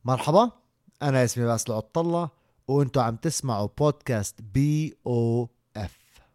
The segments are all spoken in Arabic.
مرحبا، أنا اسمي باسل عطلة وأنتوا عم تسمعوا بودكاست BOF.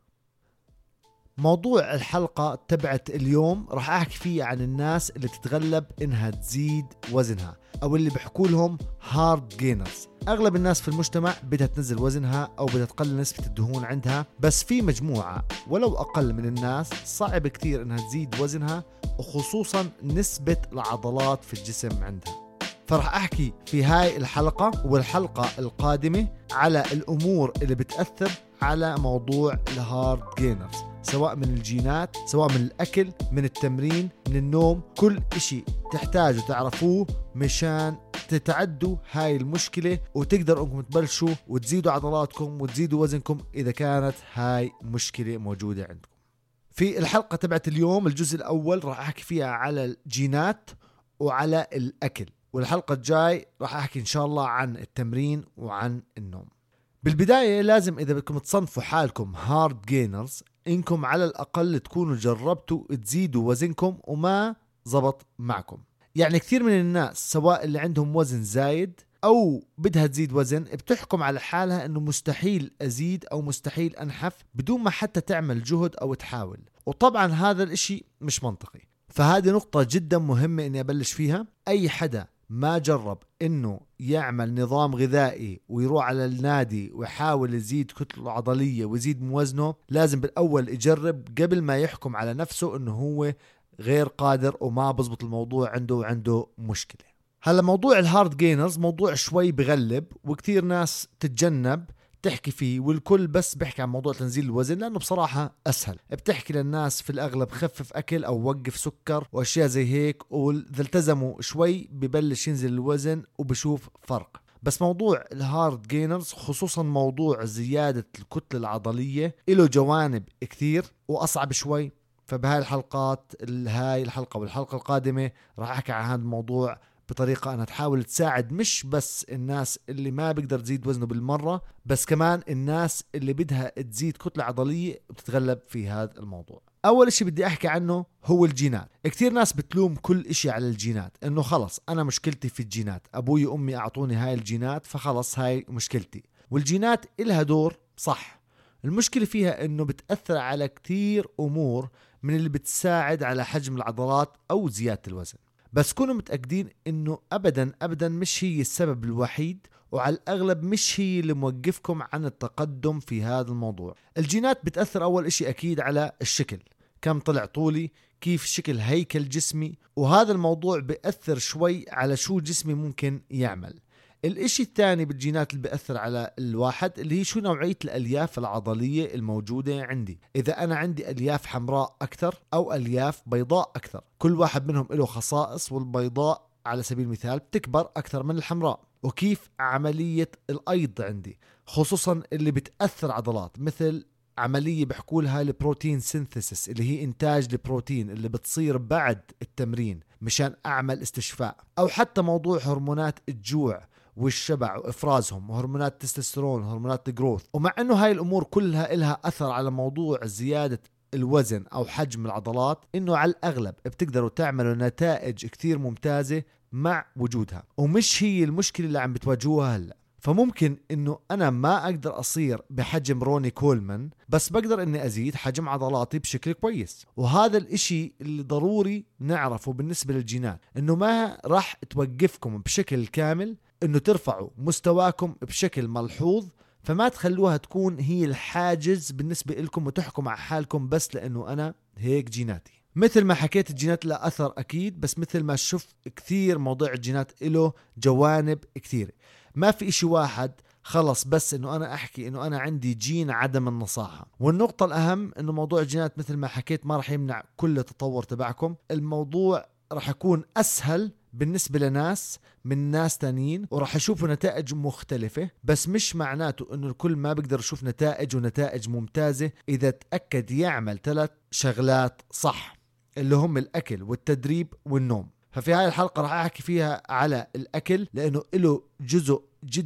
موضوع الحلقة تبعت اليوم راح أحكي فيه عن الناس اللي تتغلب إنها تزيد وزنها أو اللي بحكوا لهم هارد جينرز. أغلب الناس في المجتمع بدها تنزل وزنها أو بدها تقلل نسبة الدهون عندها، بس في مجموعة ولو أقل من الناس صعب كتير إنها تزيد وزنها، وخصوصا نسبة العضلات في الجسم عندها. فرح أحكي في هاي الحلقة والحلقة القادمة على الأمور اللي بتأثر على موضوع الهارد جينرز، سواء من الجينات، سواء من الأكل، من التمرين، من النوم، كل إشي تحتاجوا تعرفوه مشان تتعدوا هاي المشكلة وتقدروا أنكم تبلشوا وتزيدوا عضلاتكم وتزيدوا وزنكم إذا كانت هاي مشكلة موجودة عندكم. في الحلقة تبعت اليوم الجزء الأول راح أحكي فيها على الجينات وعلى الأكل، والحلقة الجاي راح أحكي إن شاء الله عن التمرين وعن النوم. بالبداية لازم إذا بدكم تصنفوا حالكم هارد جينرز إنكم على الأقل تكونوا جربتوا تزيدوا وزنكم وما زبط معكم. يعني كثير من الناس سواء اللي عندهم وزن زايد أو بدها تزيد وزن بتحكم على حالها إنه مستحيل أزيد أو مستحيل أنحف بدون ما حتى تعمل جهد أو تحاول، وطبعا هذا الإشي مش منطقي. فهذه نقطة جدا مهمة إني أبلش فيها. أي حدا ما جرب إنه يعمل نظام غذائي ويروح على النادي ويحاول يزيد كتلة عضلية ويزيد موزنه لازم بالأول يجرب قبل ما يحكم على نفسه إنه هو غير قادر وما بزبط الموضوع عنده وعنده مشكلة. هلا موضوع الهارد جينرز موضوع شوي بغلب وكتير ناس تتجنب تحكي فيه، والكل بس بيحكي عن موضوع تنزيل الوزن لأنه بصراحة أسهل. بتحكي للناس في الأغلب خفف أكل أو وقف سكر وأشياء زي هيك، وإذا التزموا شوي ببلش ينزل الوزن وبشوف فرق. بس موضوع الهارد جينرز خصوصا موضوع زيادة الكتلة العضلية له جوانب كثير وأصعب شوي. فبهاي الحلقات هاي الحلقة والحلقة القادمة راح أحكي عن هذا الموضوع بطريقة أنا تحاول تساعد مش بس الناس اللي ما بيقدر تزيد وزنه بالمرة، بس كمان الناس اللي بدها تزيد كتلة عضلية وتتغلب في هذا الموضوع. أول إشي بدي أحكي عنه هو الجينات. كتير ناس بتلوم كل إشي على الجينات، إنه خلص أنا مشكلتي في الجينات، أبوي وأمي أعطوني هاي الجينات فخلص هاي مشكلتي. والجينات إلها دور صح، المشكلة فيها إنه بتأثر على كتير أمور من اللي بتساعد على حجم العضلات أو زيادة الوزن. بس كونوا متأكدين انه ابدا مش هي السبب الوحيد، وعلى الاغلب مش هي اللي موقفكم عن التقدم في هذا الموضوع. الجينات بتأثر اول اشي اكيد على الشكل، كم طلع طولي، كيف شكل هيكل جسمي، وهذا الموضوع بيأثر شوي على شو جسمي ممكن يعمل. الاشي الثاني بالجينات اللي بيأثر على الواحد اللي هي شو نوعية الالياف العضلية الموجودة عندي. اذا انا عندي الياف حمراء اكثر او الياف بيضاء اكثر، كل واحد منهم له خصائص، والبيضاء على سبيل المثال بتكبر اكثر من الحمراء. وكيف عملية الايض عندي خصوصا اللي بتأثر عضلات، مثل عملية بحكوا لها البروتين سينثيسيس اللي هي انتاج البروتين اللي بتصير بعد التمرين مشان اعمل استشفاء، او حتى موضوع هرمونات الجوع والشبع وإفرازهم، وهرمونات التستوستيرون، هرمونات الجروث. ومع أنه هاي الأمور كلها إلها أثر على موضوع زيادة الوزن أو حجم العضلات، إنه على الأغلب بتقدروا تعملوا نتائج كثير ممتازة مع وجودها، ومش هي المشكلة اللي عم بتواجهوها هلأ. فممكن إنه أنا ما أقدر أصير بحجم روني كولمان، بس بقدر إني أزيد حجم عضلاتي بشكل كويس. وهذا الإشي اللي ضروري نعرفه بالنسبة للجينات، إنه ما راح توقفكم بشكل كامل إنه ترفعوا مستواكم بشكل ملحوظ. فما تخلوها تكون هي الحاجز بالنسبة لكم وتحكم على حالكم بس لأنه أنا هيك جيناتي. مثل ما حكيت الجينات لها أثر أكيد، بس مثل ما شوف كثير موضوع الجينات له جوانب كثير. ما في إشي واحد خلص بس إنه أنا أحكي إنه أنا عندي جين عدم النصاحة. والنقطة الأهم إنه موضوع الجينات مثل ما حكيت ما رح يمنع كل التطور تبعكم. الموضوع رح يكون أسهل بالنسبة لناس من ناس تانيين ورح يشوفوا نتائج مختلفة، بس مش معناته إنه الكل ما بيقدر يشوف نتائج ونتائج ممتازة إذا تأكد يعمل 3 شغلات صح اللي هم الأكل والتدريب والنوم. ففي هاي الحلقة راح أحكي فيها على الأكل لأنه له جزء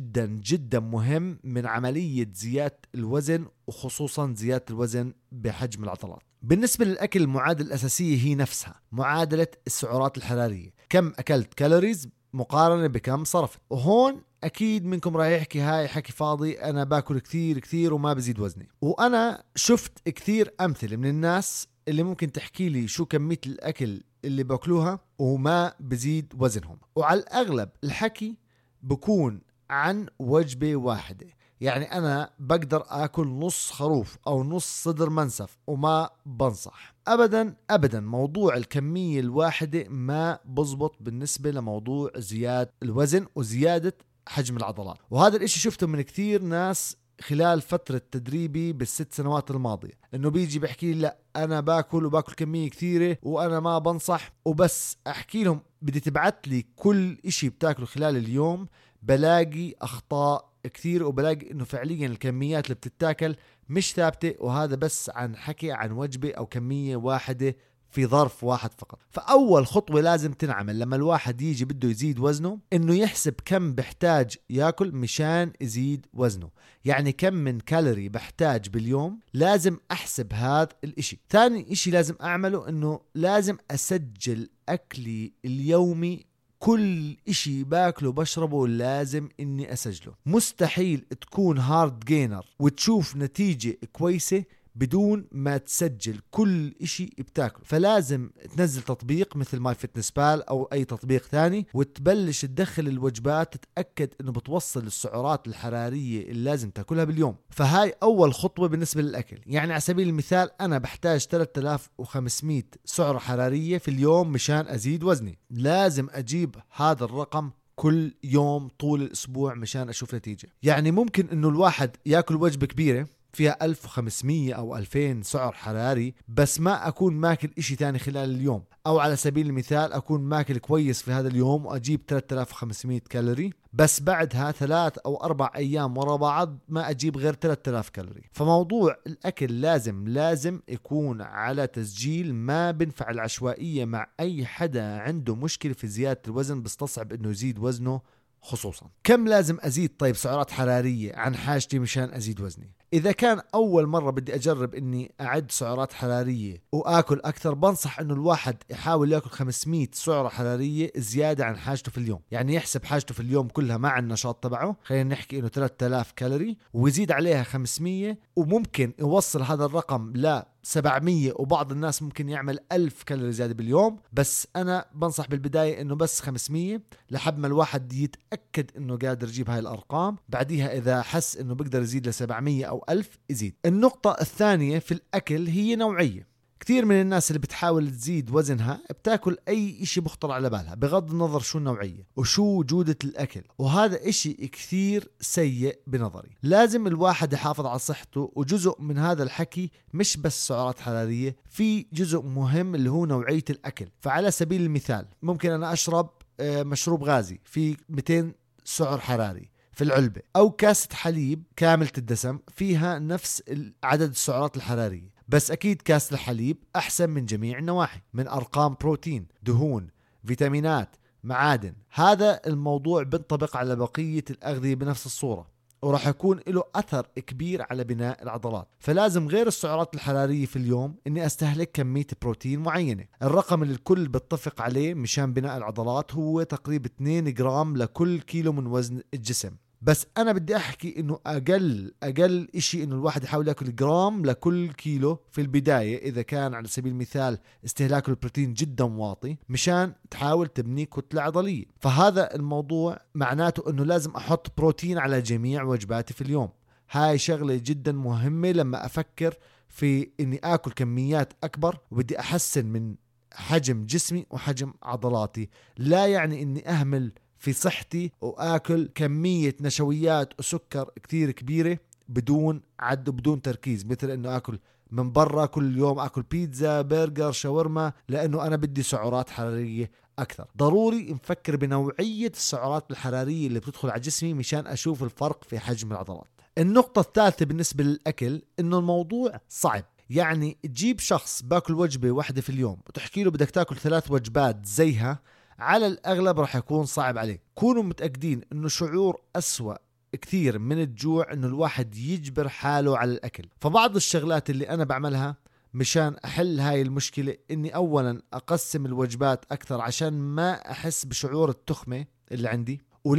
جدا مهم من عملية زيادة الوزن، وخصوصا زيادة الوزن بحجم العضلات. بالنسبة للأكل المعادلة الأساسية هي نفسها معادلة السعرات الحرارية، كم أكلت كالوريز مقارنة بكم صرفت. وهون أكيد منكم راح يحكي هاي حكي فاضي، أنا باكل كثير كثير وما بزيد وزني. وأنا شفت كثير أمثلة من الناس اللي ممكن تحكي لي شو كمية الأكل اللي باكلوها وما بزيد وزنهم، وعلى الأغلب الحكي بكون عن وجبة واحدة. يعني أنا بقدر أكل نص خروف أو نص صدر منسف وما بنصح أبدا أبدا. موضوع الكمية الواحدة ما بزبط بالنسبة لموضوع زيادة الوزن وزيادة حجم العضلات. وهذا الاشي شفته من كثير ناس خلال فترة تدريبي بالست سنوات الماضية، انه بيجي بحكي لي لا انا باكل وباكل كمية كثيرة وانا ما بنصح. وبس احكي لهم بدي تبعت لي كل اشي بتاكله خلال اليوم، بلاقي اخطاء كثير وبلاقي انه فعليا الكميات اللي بتتاكل مش ثابتة، وهذا بس عن حكي عن وجبة او كمية واحدة في ظرف واحد فقط. فأول خطوة لازم تنعمل لما الواحد يجي بده يزيد وزنه إنه يحسب كم بحتاج يأكل مشان يزيد وزنه. يعني كم من كالوري بحتاج باليوم، لازم أحسب هذا الإشي. ثاني إشي لازم أعمله إنه لازم أسجل أكلي اليومي، كل إشي باكله بشربه لازم إني أسجله. مستحيل تكون هارد جينر وتشوف نتيجة كويسة بدون ما تسجل كل إشي بتاكله. فلازم تنزل تطبيق مثل ماي فيتنس بال أو أي تطبيق ثاني وتبلش تدخل الوجبات، تتأكد إنه بتوصل السعرات الحرارية اللي لازم تاكلها باليوم. فهاي أول خطوة بالنسبة للأكل. يعني على سبيل المثال أنا بحتاج 3500 سعرة حرارية في اليوم مشان أزيد وزني، لازم أجيب هذا الرقم كل يوم طول الأسبوع مشان أشوف نتيجة. يعني ممكن إنه الواحد يأكل وجبة كبيرة فيها 1500 أو 2000 سعر حراري بس ما أكون ماكل إشي تاني خلال اليوم، أو على سبيل المثال أكون ماكل كويس في هذا اليوم وأجيب 3500 كالوري بس بعدها 3 أو 4 أيام ورا بعض ما أجيب غير 3000 كالوري. فموضوع الأكل لازم يكون على تسجيل، ما بنفع العشوائية مع أي حدا عنده مشكلة في زيادة الوزن بستصعب إنه يزيد وزنه. خصوصا كم لازم أزيد طيب سعرات حرارية عن حاجتي مشان أزيد وزني؟ إذا كان أول مرة بدي أجرب إني أعد سعرات حرارية وآكل أكثر، بنصح إنه الواحد يحاول يأكل 500 سعرة حرارية زيادة عن حاجته في اليوم. يعني يحسب حاجته في اليوم كلها مع النشاط تبعه، خلينا نحكي إنه 3000 كالوري ويزيد عليها 500، وممكن يوصل هذا الرقم ل 700، وبعض الناس ممكن يعمل 1000 كالوري زيادة باليوم. بس أنا بنصح بالبداية إنه بس 500 لحد ما الواحد يتأكد إنه قادر يجيب هاي الأرقام. بعديها إذا حس إنه بيقدر يزيد ل 700 أو 1000 يزيد. النقطة الثانية في الأكل هي نوعية. كثير من الناس اللي بتحاول تزيد وزنها بتاكل أي إشي بخطر على بالها بغض النظر شو النوعية وشو جودة الأكل، وهذا إشي كثير سيء بنظري. لازم الواحد يحافظ على صحته، وجزء من هذا الحكي مش بس سعرات حرارية، في جزء مهم اللي هو نوعية الأكل. فعلى سبيل المثال ممكن أنا أشرب مشروب غازي في 200 سعر حراري في العلبة، أو كاسة حليب كاملة الدسم فيها نفس عدد السعرات الحرارية، بس أكيد كاسة الحليب أحسن من جميع النواحي من أرقام بروتين، دهون، فيتامينات، معادن. هذا الموضوع بنطبق على بقية الأغذية بنفس الصورة، وراح يكون له أثر كبير على بناء العضلات. فلازم غير السعرات الحرارية في اليوم إني أستهلك كمية بروتين معينة. الرقم اللي الكل بتفق عليه مشان بناء العضلات هو تقريبا 2 جرام لكل كيلو من وزن الجسم. بس أنا بدي أحكي إنه أقل إشي إنه الواحد يحاول يأكل جرام لكل كيلو في البداية، إذا كان على سبيل المثال استهلاك البروتين جدا واطي مشان تحاول تبني كتلة عضلية. فهذا الموضوع معناته إنه لازم أحط بروتين على جميع وجباتي في اليوم. هاي شغلة جدا مهمة لما أفكر في إني آكل كميات أكبر وبدي أحسن من حجم جسمي وحجم عضلاتي. لا يعني إني أهمل في صحتي وآكل كمية نشويات وسكر كتير كبيرة بدون عد وبدون تركيز، مثل إنه آكل من برا كل يوم، آكل بيتزا، برجر، شاورما، لأنه أنا بدي سعرات حرارية أكثر. ضروري نفكر بنوعية السعرات الحرارية اللي بتدخل على جسمي مشان أشوف الفرق في حجم العضلات. النقطة الثالثة بالنسبة للأكل إنه الموضوع صعب. يعني تجيب شخص باكل وجبة واحدة في اليوم وتحكي له بدك تاكل 3 وجبات زيها، على الأغلب راح يكون صعب عليه. كونوا متأكدين إنه شعور أسوأ كثير من الجوع إنه الواحد يجبر حاله على الأكل. فبعض الشغلات اللي أنا بعملها مشان أحل هاي المشكلة إني أولا أقسم الوجبات أكثر عشان ما أحس بشعور التخمة اللي عندي،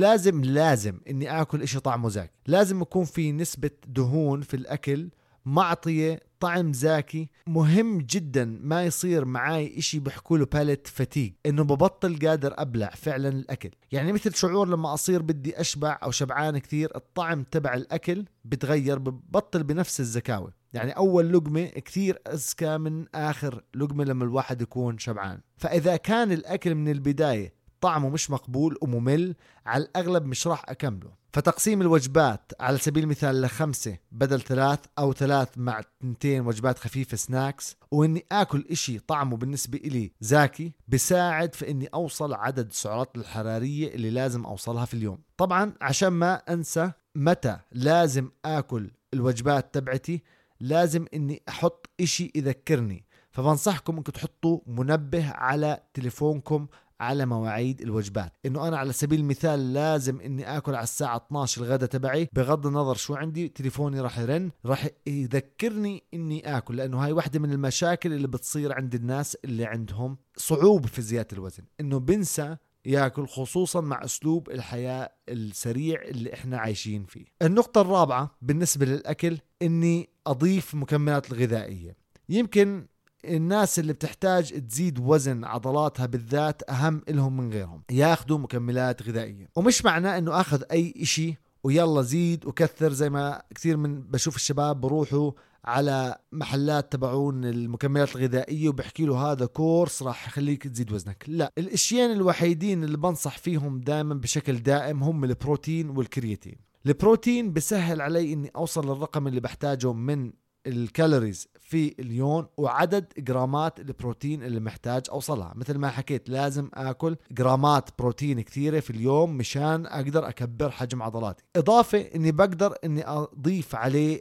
ولازم اني اكل اشي طعمه زاكي. لازم يكون في نسبة دهون في الاكل معطية طعم زاكي. مهم جدا ما يصير معاي اشي بحكوله باليت فتيج، انه ببطل قادر ابلع فعلا الاكل. يعني مثل شعور لما اصير بدي اشبع او شبعان كثير، الطعم تبع الاكل بتغير، ببطل بنفس الزكاوة. يعني اول لقمة كثير اذكى من اخر لقمة لما الواحد يكون شبعان. فاذا كان الاكل من البداية طعمه مش مقبول وممل، على الأغلب مش راح أكمله. فتقسيم الوجبات على سبيل المثال ل5 بدل 3، أو 3 مع 2 وجبات خفيفة سناكس، وإني أكل إشي طعمه بالنسبة إلي زاكي، بساعد في إني أوصل عدد السعرات الحرارية اللي لازم أوصلها في اليوم. طبعا عشان ما أنسى متى لازم أكل الوجبات تبعتي، لازم إني أحط إشي يذكرني. فبنصحكم إنكم تحطوا منبه على تليفونكم على مواعيد الوجبات، انه انا على سبيل المثال لازم اني اكل على الساعة 12 الغداء تبعي، بغض النظر شو عندي تليفوني راح يرن، راح يذكرني اني اكل. لانه هاي واحدة من المشاكل اللي بتصير عند الناس اللي عندهم صعوبة في زيادة الوزن، انه بنسى ياكل، خصوصا مع اسلوب الحياة السريع اللي احنا عايشين فيه. النقطة الرابعة بالنسبة للاكل، اني اضيف مكملات الغذائية. يمكن الناس اللي بتحتاج تزيد وزن عضلاتها بالذات أهم إلهم من غيرهم ياخدوا مكملات غذائية. ومش معناه إنه أخذ أي إشي ويلا زيد وكثر، زي ما كثير من بشوف الشباب بروحوا على محلات تبعون المكملات الغذائية وبحكي له هذا كورس راح يخليك تزيد وزنك. لا، الاشيين الوحيدين اللي بنصح فيهم دائما بشكل دائم هم البروتين والكرياتين. البروتين بسهل علي اني اوصل للرقم اللي بحتاجه من الكالوريز في اليوم وعدد جرامات البروتين اللي محتاج اوصلها. مثل ما حكيت لازم اكل جرامات بروتين كثيرة في اليوم مشان اقدر اكبر حجم عضلاتي. اضافة اني بقدر اني اضيف عليه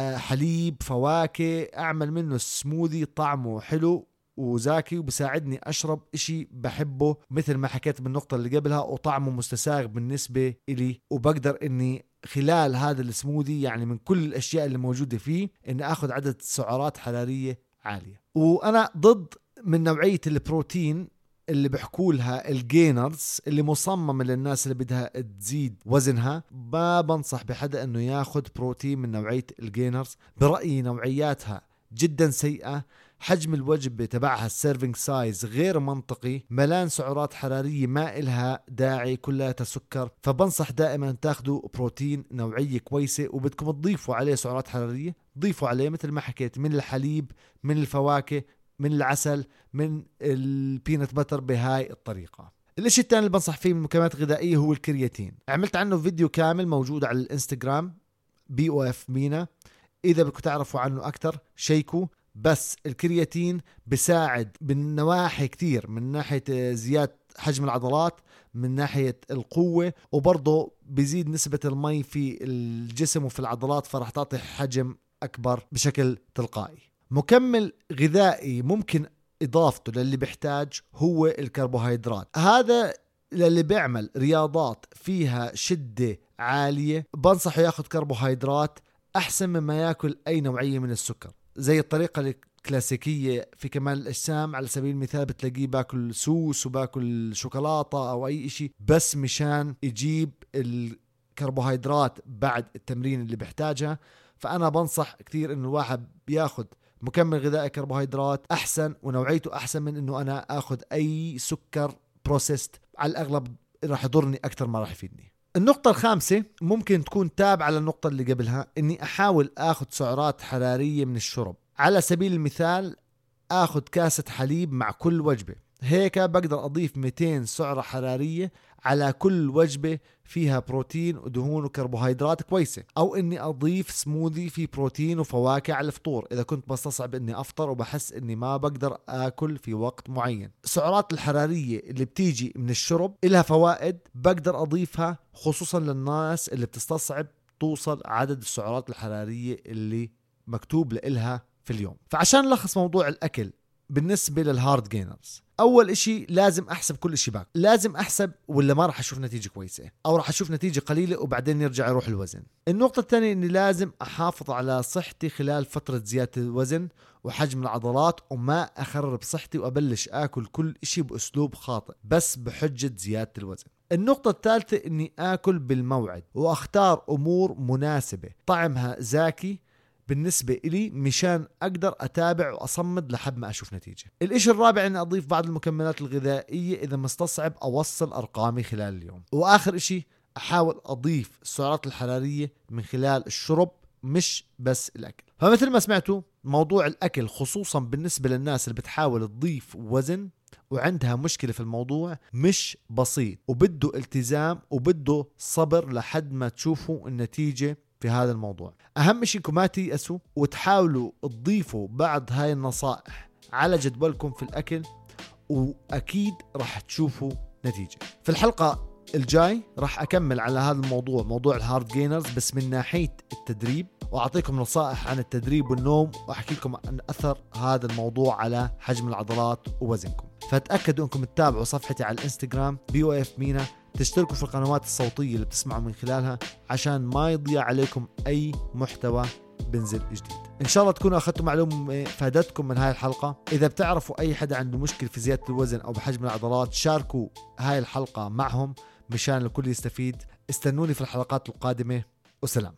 حليب، فواكه، اعمل منه سموذي طعمه حلو وزاكي، وبساعدني اشرب اشي بحبه مثل ما حكيت بالنقطة اللي قبلها، وطعمه مستساغ بالنسبة إلي. وبقدر اني خلال هذا السموذي، يعني من كل الاشياء اللي موجودة فيه، اني اخذ عدد سعرات حرارية عالية. وانا ضد من نوعية البروتين اللي بحكولها الجينرز، اللي مصممة للناس اللي بدها تزيد وزنها. ما بنصح بحدا انه ياخد بروتين من نوعية الجينرز، برأيي نوعياتها جدا سيئة. حجم الوجبة تبعها السيرفينج سايز غير منطقي، ملان سعرات حرارية ما إلها داعي، كلها سكر. فبنصح دائما تاخدوا بروتين نوعية كويسة، وبدكم تضيفوا عليه سعرات حرارية، ضيفوا عليه مثل ما حكيت من الحليب، من الفواكه، من العسل، من البينات باتر، بهاي الطريقة. الاشي الثاني اللي بنصح فيه من المكملات الغذائية هو الكرياتين. عملت عنه فيديو كامل موجود على الانستغرام BOF مينا، إذا بدكم تعرفوا عنه أكتر شيكوا. بس الكرياتين بساعد بالنواحي كتير، من ناحية زيادة حجم العضلات، من ناحية القوة، وبرضه بيزيد نسبة المي في الجسم وفي العضلات، فرح تعطي حجم أكبر بشكل تلقائي. مكمل غذائي ممكن إضافته للي بيحتاج هو الكربوهيدرات. هذا للي بيعمل رياضات فيها شدة عالية بنصحه ياخد كربوهيدرات أحسن مما يأكل أي نوعية من السكر. زي الطريقة الكلاسيكية في كمال الأجسام على سبيل المثال، بتلاقيه باكل سوس وباكل شوكولاتة أو أي إشي بس مشان يجيب الكربوهيدرات بعد التمرين اللي بيحتاجها. فأنا بنصح كثير إنه الواحد بياخد مكمل غذائي كربوهيدرات أحسن، ونوعيته أحسن من إنه أنا أخذ أي سكر بروسيست، على الأغلب راح يضرني أكتر ما راح يفيدني. النقطة الخامسة ممكن تكون تابعة للنقطة اللي قبلها، إني أحاول أخذ سعرات حرارية من الشرب. على سبيل المثال أخذ كاسة حليب مع كل وجبة، هيك بقدر أضيف 200 سعرة حرارية على كل وجبة فيها بروتين ودهون وكربوهيدرات كويسة. أو إني أضيف سموذي فيه بروتين وفواكه على الفطور إذا كنت بستصعب إني أفطر وبحس إني ما بقدر أكل في وقت معين. السعرات الحرارية اللي بتيجي من الشرب إلها فوائد بقدر أضيفها، خصوصا للناس اللي بتستصعب توصل عدد السعرات الحرارية اللي مكتوب لإلها في اليوم. فعشان نلخص موضوع الأكل بالنسبة للهارد جينرز، أول إشي لازم أحسب كل إشي باكل. لازم أحسب ولا ما راح أشوف نتيجة كويسة، أو راح أشوف نتيجة قليلة وبعدين يرجع يروح الوزن. النقطة الثانية إني لازم أحافظ على صحتي خلال فترة زيادة الوزن وحجم العضلات، وما أخرب صحتي وأبلش أكل كل إشي بأسلوب خاطئ بس بحجة زيادة الوزن. النقطة الثالثة اني اكل بالموعد واختار امور مناسبة طعمها زاكي بالنسبة إلي مشان أقدر أتابع وأصمد لحد ما أشوف نتيجة. الإشي الرابع أني أضيف بعض المكملات الغذائية إذا مستصعب أوصل أرقامي خلال اليوم. وآخر إشي أحاول أضيف السعرات الحرارية من خلال الشرب مش بس الأكل. فمثل ما سمعتوا موضوع الأكل خصوصا بالنسبة للناس اللي بتحاول تضيف وزن وعندها مشكلة في الموضوع مش بسيط، وبده التزام وبده صبر لحد ما تشوفوا النتيجة في هذا الموضوع. أهم شيء انكم ما تيأسوا وتحاولوا تضيفوا بعض هاي النصائح على جدولكم في الأكل، وأكيد راح تشوفوا نتيجة. في الحلقة الجاي راح أكمل على هذا الموضوع، موضوع الهارد جينرز، بس من ناحية التدريب، وأعطيكم نصائح عن التدريب والنوم، وأحكي لكم عن أثر هذا الموضوع على حجم العضلات ووزنكم. فتأكدوا أنكم تتابعوا صفحتي على الانستغرام BOF مينا، تشتركوا في القنوات الصوتية اللي بتسمعوا من خلالها عشان ما يضيع عليكم أي محتوى بنزل جديد. إن شاء الله تكونوا أخذتوا معلومة فادتكم من هاي الحلقة. إذا بتعرفوا أي حدا عنده مشكلة في زيادة الوزن أو بحجم العضلات، شاركوا هاي الحلقة معهم مشان الكل يستفيد. استنوني في الحلقات القادمة، وسلام.